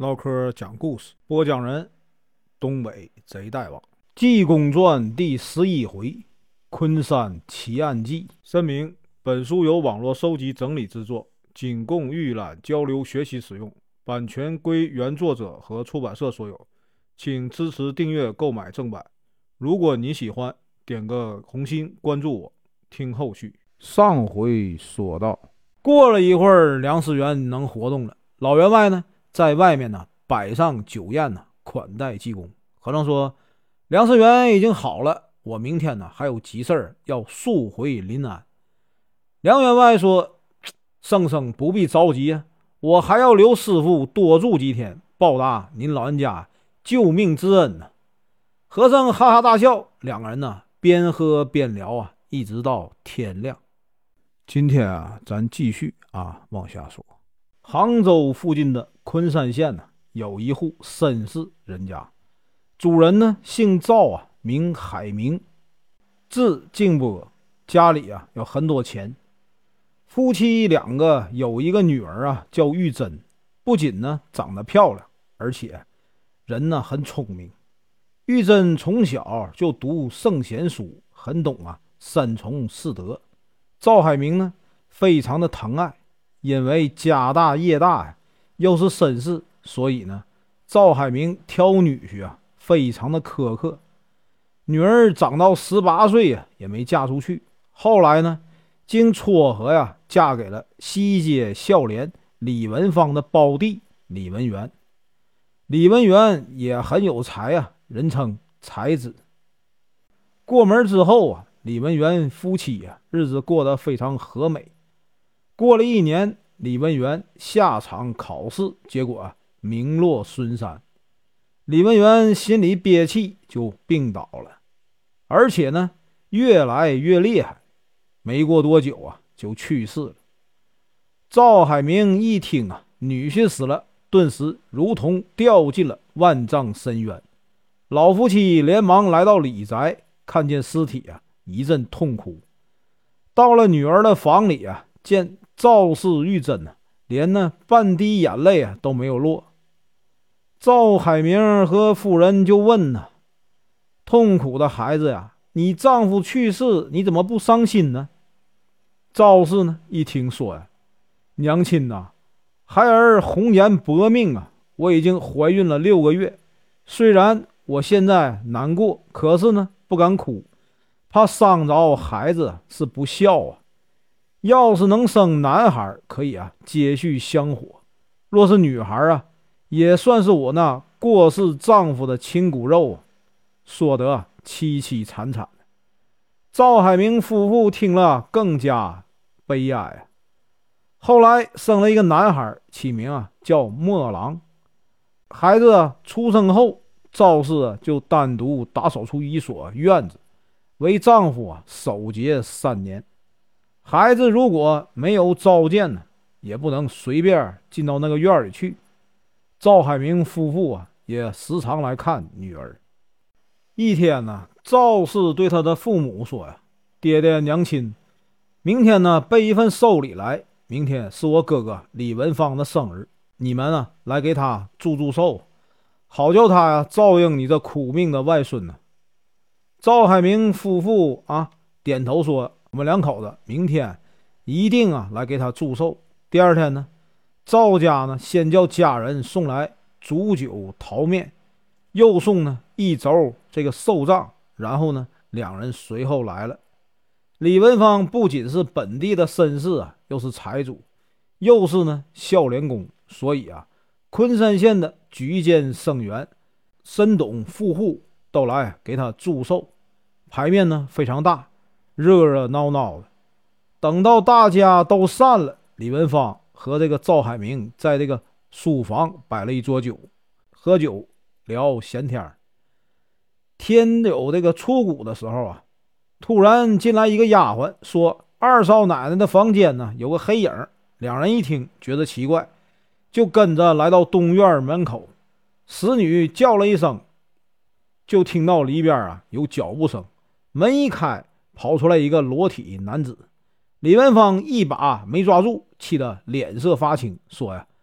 唠嗑讲故事，播讲人东北贼大王，济公传第11回，昆山奇案记。声明：本书由网络收集整理制作，仅供预览、交流、学习使用，版权归原作者和出版社所有，请支持订阅、购买正版。如果你喜欢，点个红心，关注我，听后续。上回说到，过了一会儿，梁思源能活动了，老员外呢，在外面呢摆上酒宴呢，款待济公。和尚说：“梁思源已经好了，我明天呢还有急事儿要速回临安。”梁员外说：“圣僧不必着急啊，我还要留师傅多住几天，报答您老人家救命之恩呢。”和尚哈哈大笑，两个人呢边喝边聊啊，一直到天亮。今天啊，咱继续往下说。杭州附近的昆山县呢，有一户绅士人家，主人呢姓赵名海明，字静波，家里有很多钱。夫妻两个有一个女儿叫玉珍，不仅呢长得漂亮，而且人呢很聪明。玉珍从小就读圣贤书，很懂三从四德。赵海明呢非常的疼爱，因为家大业大又是绅士，所以呢赵海明挑女婿非常的苛刻。女儿长到18岁也没嫁出去，后来呢经撮合嫁给了西街孝廉李文芳的胞弟李文元。李文元也很有才人称才子。过门之后李文元夫妻日子过得非常和美。过了1年，李文元下场考试，结果名落孙山。李文元心里憋气，就病倒了，而且呢越来越厉害，没过多久就去世了。赵海明一听女婿死了，顿时如同掉进了万丈深渊。老夫妻连忙来到李宅，看见尸体一阵痛哭。到了女儿的房里见赵氏玉珍连半滴眼泪都没有落。赵海明和夫人就问痛苦的孩子你丈夫去世，你怎么不伤心呢？赵氏呢一听说娘亲孩儿红颜薄命我已经怀孕了6个月，虽然我现在难过，可是呢不敢哭，怕伤着孩子是不孝要是能生男孩，可以接续香火；若是女孩也算是我那过世丈夫的亲骨肉说得凄凄惨惨。赵海明夫妇听了更加悲哀后来生了一个男孩，起名叫墨郎。孩子出生后，赵氏就单独打扫出一所院子，为丈夫守节3年。孩子如果没有召见也不能随便进到那个院里去。赵海明夫妇也时常来看女儿。一天赵氏对他的父母说爹爹娘亲，明天备一份寿礼来，明天是我哥哥李文芳的生日，你们来给他祝寿，好叫他照应你这苦命的外孙赵海明夫妇点头说：“我们2口子明天一定来给他祝寿。”第二天呢，赵家先叫家人送来煮酒桃面，又送1轴这个寿账，然后2人随后来了。李文芳不仅是本地的绅士又是财主，又是孝廉公，所以昆山县的举荐生员、深董富户都来给他祝寿，牌面非常大，热热闹闹的。等到大家都散了，李文芳和这个赵海明在这个书房摆了一桌酒，喝酒聊闲天。天有这个初鼓的时候突然进来一个丫鬟，说二少奶奶的房间有个黑影。2人一听觉得奇怪，就跟着来到东院门口。使女叫了一声，就听到里边有脚步声，门一开，跑出来一个裸体男子。李文芳一把没抓住，气得脸色发青，说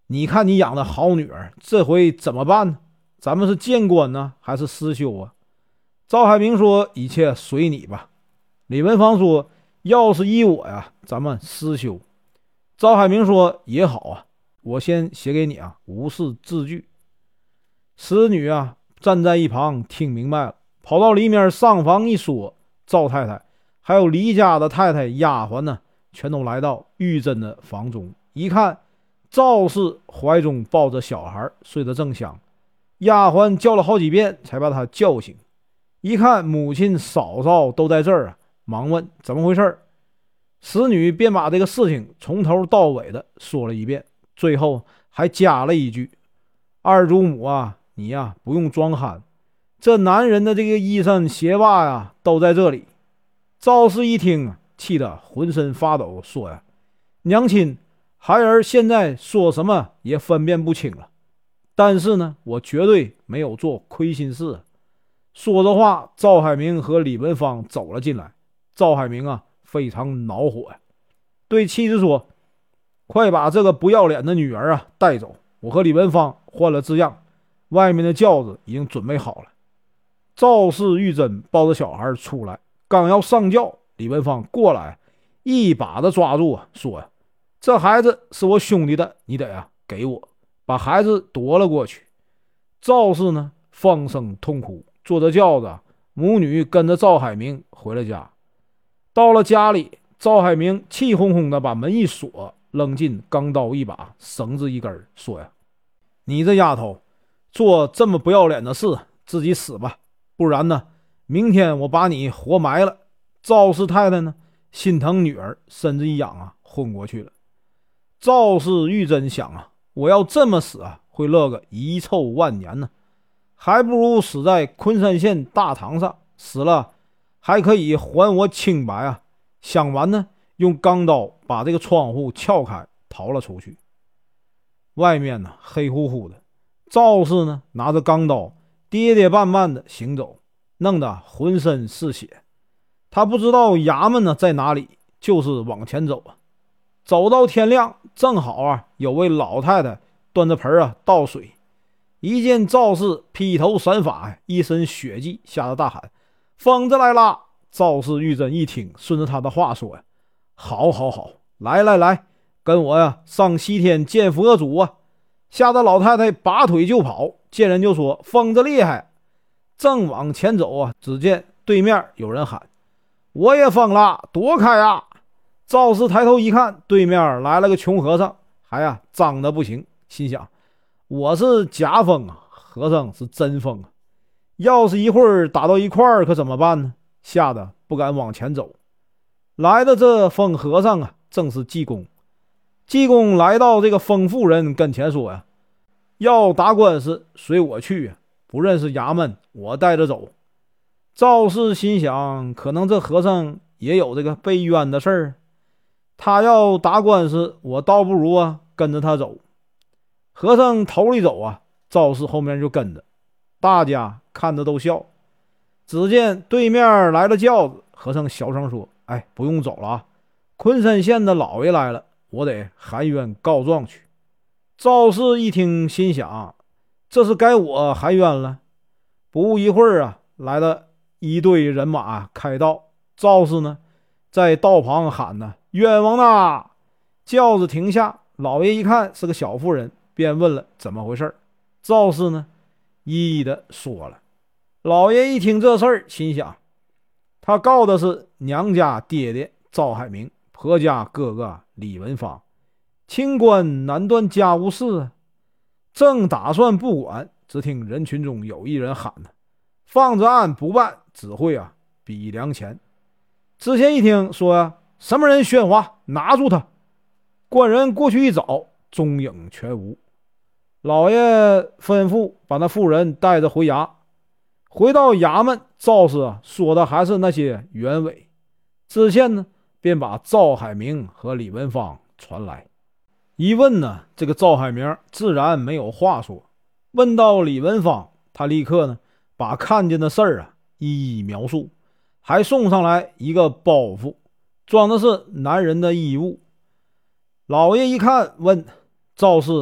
你看你养的好女儿，这回怎么办呢？咱们是见官呢，还是私修啊？”赵海明说：“一切随你吧。”李文芳说：“要是依我呀，咱们私修。”赵海明说：“也好啊，我先写给你啊无事字据。”使女啊站在一旁听明白了，跑到里面上房一说，赵太太还有黎家的太太丫鬟呢，全都来到玉珍的房中。一看，赵氏怀中抱着小孩，睡得正香。丫鬟叫了好几遍，才把他叫醒。一看母亲嫂嫂都在这儿啊，忙问怎么回事。使女便把这个事情从头到尾的说了一遍，最后还加了一句：“二祖母啊，你呀不用装憨，这男人的这个衣衫鞋袜呀都在这里。”赵氏一听啊，气得浑身发抖，说呀：“娘亲，孩儿现在说什么也分辨不清了，但是呢，我绝对没有做亏心事。”说着话，赵海明和李文芳走了进来。赵海明啊非常恼火呀，对妻子说：“快把这个不要脸的女儿啊带走，我和李文芳换了字样，外面的轿子已经准备好了。”赵氏玉珍抱着小孩出来，刚要上轿，李文芳过来一把的抓住啊，说呀：“这孩子是我兄弟的，你得啊给我。”把孩子夺了过去。赵氏呢放声痛哭，坐着轿子，母女跟着赵海明回了家。到了家里，赵海明气哄哄的把门一锁，扔进钢刀一把，绳子一根，说呀：“你这丫头做这么不要脸的事，自己死吧，不然呢，明天我把你活埋了。”赵氏太太呢心疼女儿，身子一仰啊，昏过去了。赵氏玉珍想啊，我要这么死啊，会乐个遗臭万年呢，还不如死在昆山县大堂上，死了还可以还我清白啊！想完呢，用钢刀把这个窗户撬开，逃了出去。外面呢黑乎乎的，赵氏呢拿着钢刀跌跌绊绊的行走，弄得浑身是血。他不知道衙门呢在哪里，就是往前走啊。走到天亮，正好啊有位老太太端着盆啊倒水，一见赵氏披头散发，一身血迹，吓得大喊：“疯子来啦！”赵氏玉珍一听，顺着他的话说呀：“好好好，来来来，跟我呀上西天见佛祖啊！”吓得老太太拔腿就跑，见人就说：“疯子厉害！”正往前走啊，只见对面有人喊：“我也疯了，躲开啊！”赵氏抬头一看，对面来了个穷和尚，还呀脏得不行，心想：我是假疯啊，和尚是真疯啊！要是一会儿打到一块儿，可怎么办呢？吓得不敢往前走。来的这疯和尚啊，正是济公。济公来到这个疯妇人跟前说呀：“要打官司，随我去啊！不认识衙门，我带着走。”赵氏心想，可能这和尚也有这个被冤的事儿，他要打官司，我倒不如啊跟着他走。和尚头里走啊，赵氏后面就跟着，大家看着都笑。只见对面来了轿子，和尚小声说：“哎，不用走了啊，昆山县的老爷来了，我得含冤告状去。”赵氏一听，心想：这是该我含冤了。不一会儿啊，来了一队人马开道。赵氏呢在道旁喊呢：“冤枉呐！”轿子停下，老爷一看是个小妇人，便问了怎么回事。赵氏呢一一的说了。老爷一听这事儿，心想：他告的是娘家爹爹赵海明，婆家哥哥李文芳，清官难断家务事。正打算不管，只听人群中有一人喊呢：“放着案不办，只会啊比良钱。”之前一听说呀，什么人喧哗，拿住他。官人过去一找，踪影全无。老爷吩咐把那妇人带着回衙。回到衙门，赵氏说的还是那些原委。知县呢便把赵海明和李文芳传来。一问呢，这个赵海明自然没有话说。问到李文芳，他立刻呢把看见的事儿一一描述，还送上来一个包袱，装的是男人的衣物。老爷一看，问：“赵氏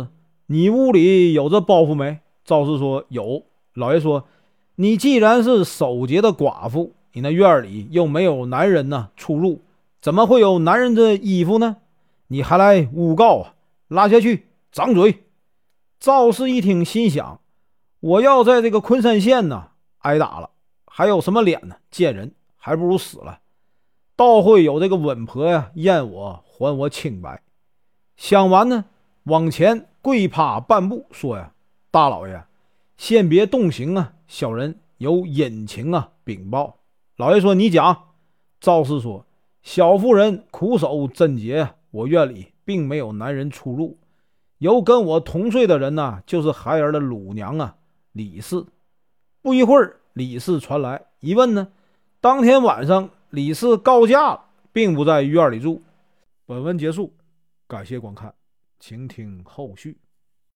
你屋里有这包袱没？”赵氏说：“有。”老爷说：“你既然是守节的寡妇，你那院里又没有男人呢出入，怎么会有男人的衣服呢？你还来诬告啊！拉下去，掌嘴！”赵氏一听，心想：我要在这个昆山县呢挨打了，还有什么脸呢见人，还不如死了，倒会有这个稳婆呀验我，还我清白。想完呢，往前跪趴半步，说呀：“大老爷，先别动刑啊，小人有隐情啊禀报。”老爷说：“你讲。”赵氏说：“小妇人苦守贞洁，我院里并没有男人出入，有跟我同睡的人呢，就是孩儿的乳娘啊，李氏。”不一会儿，李氏传来，一问呢，当天晚上李氏告假了，并不在院里住。本文结束，感谢观看，请听后续。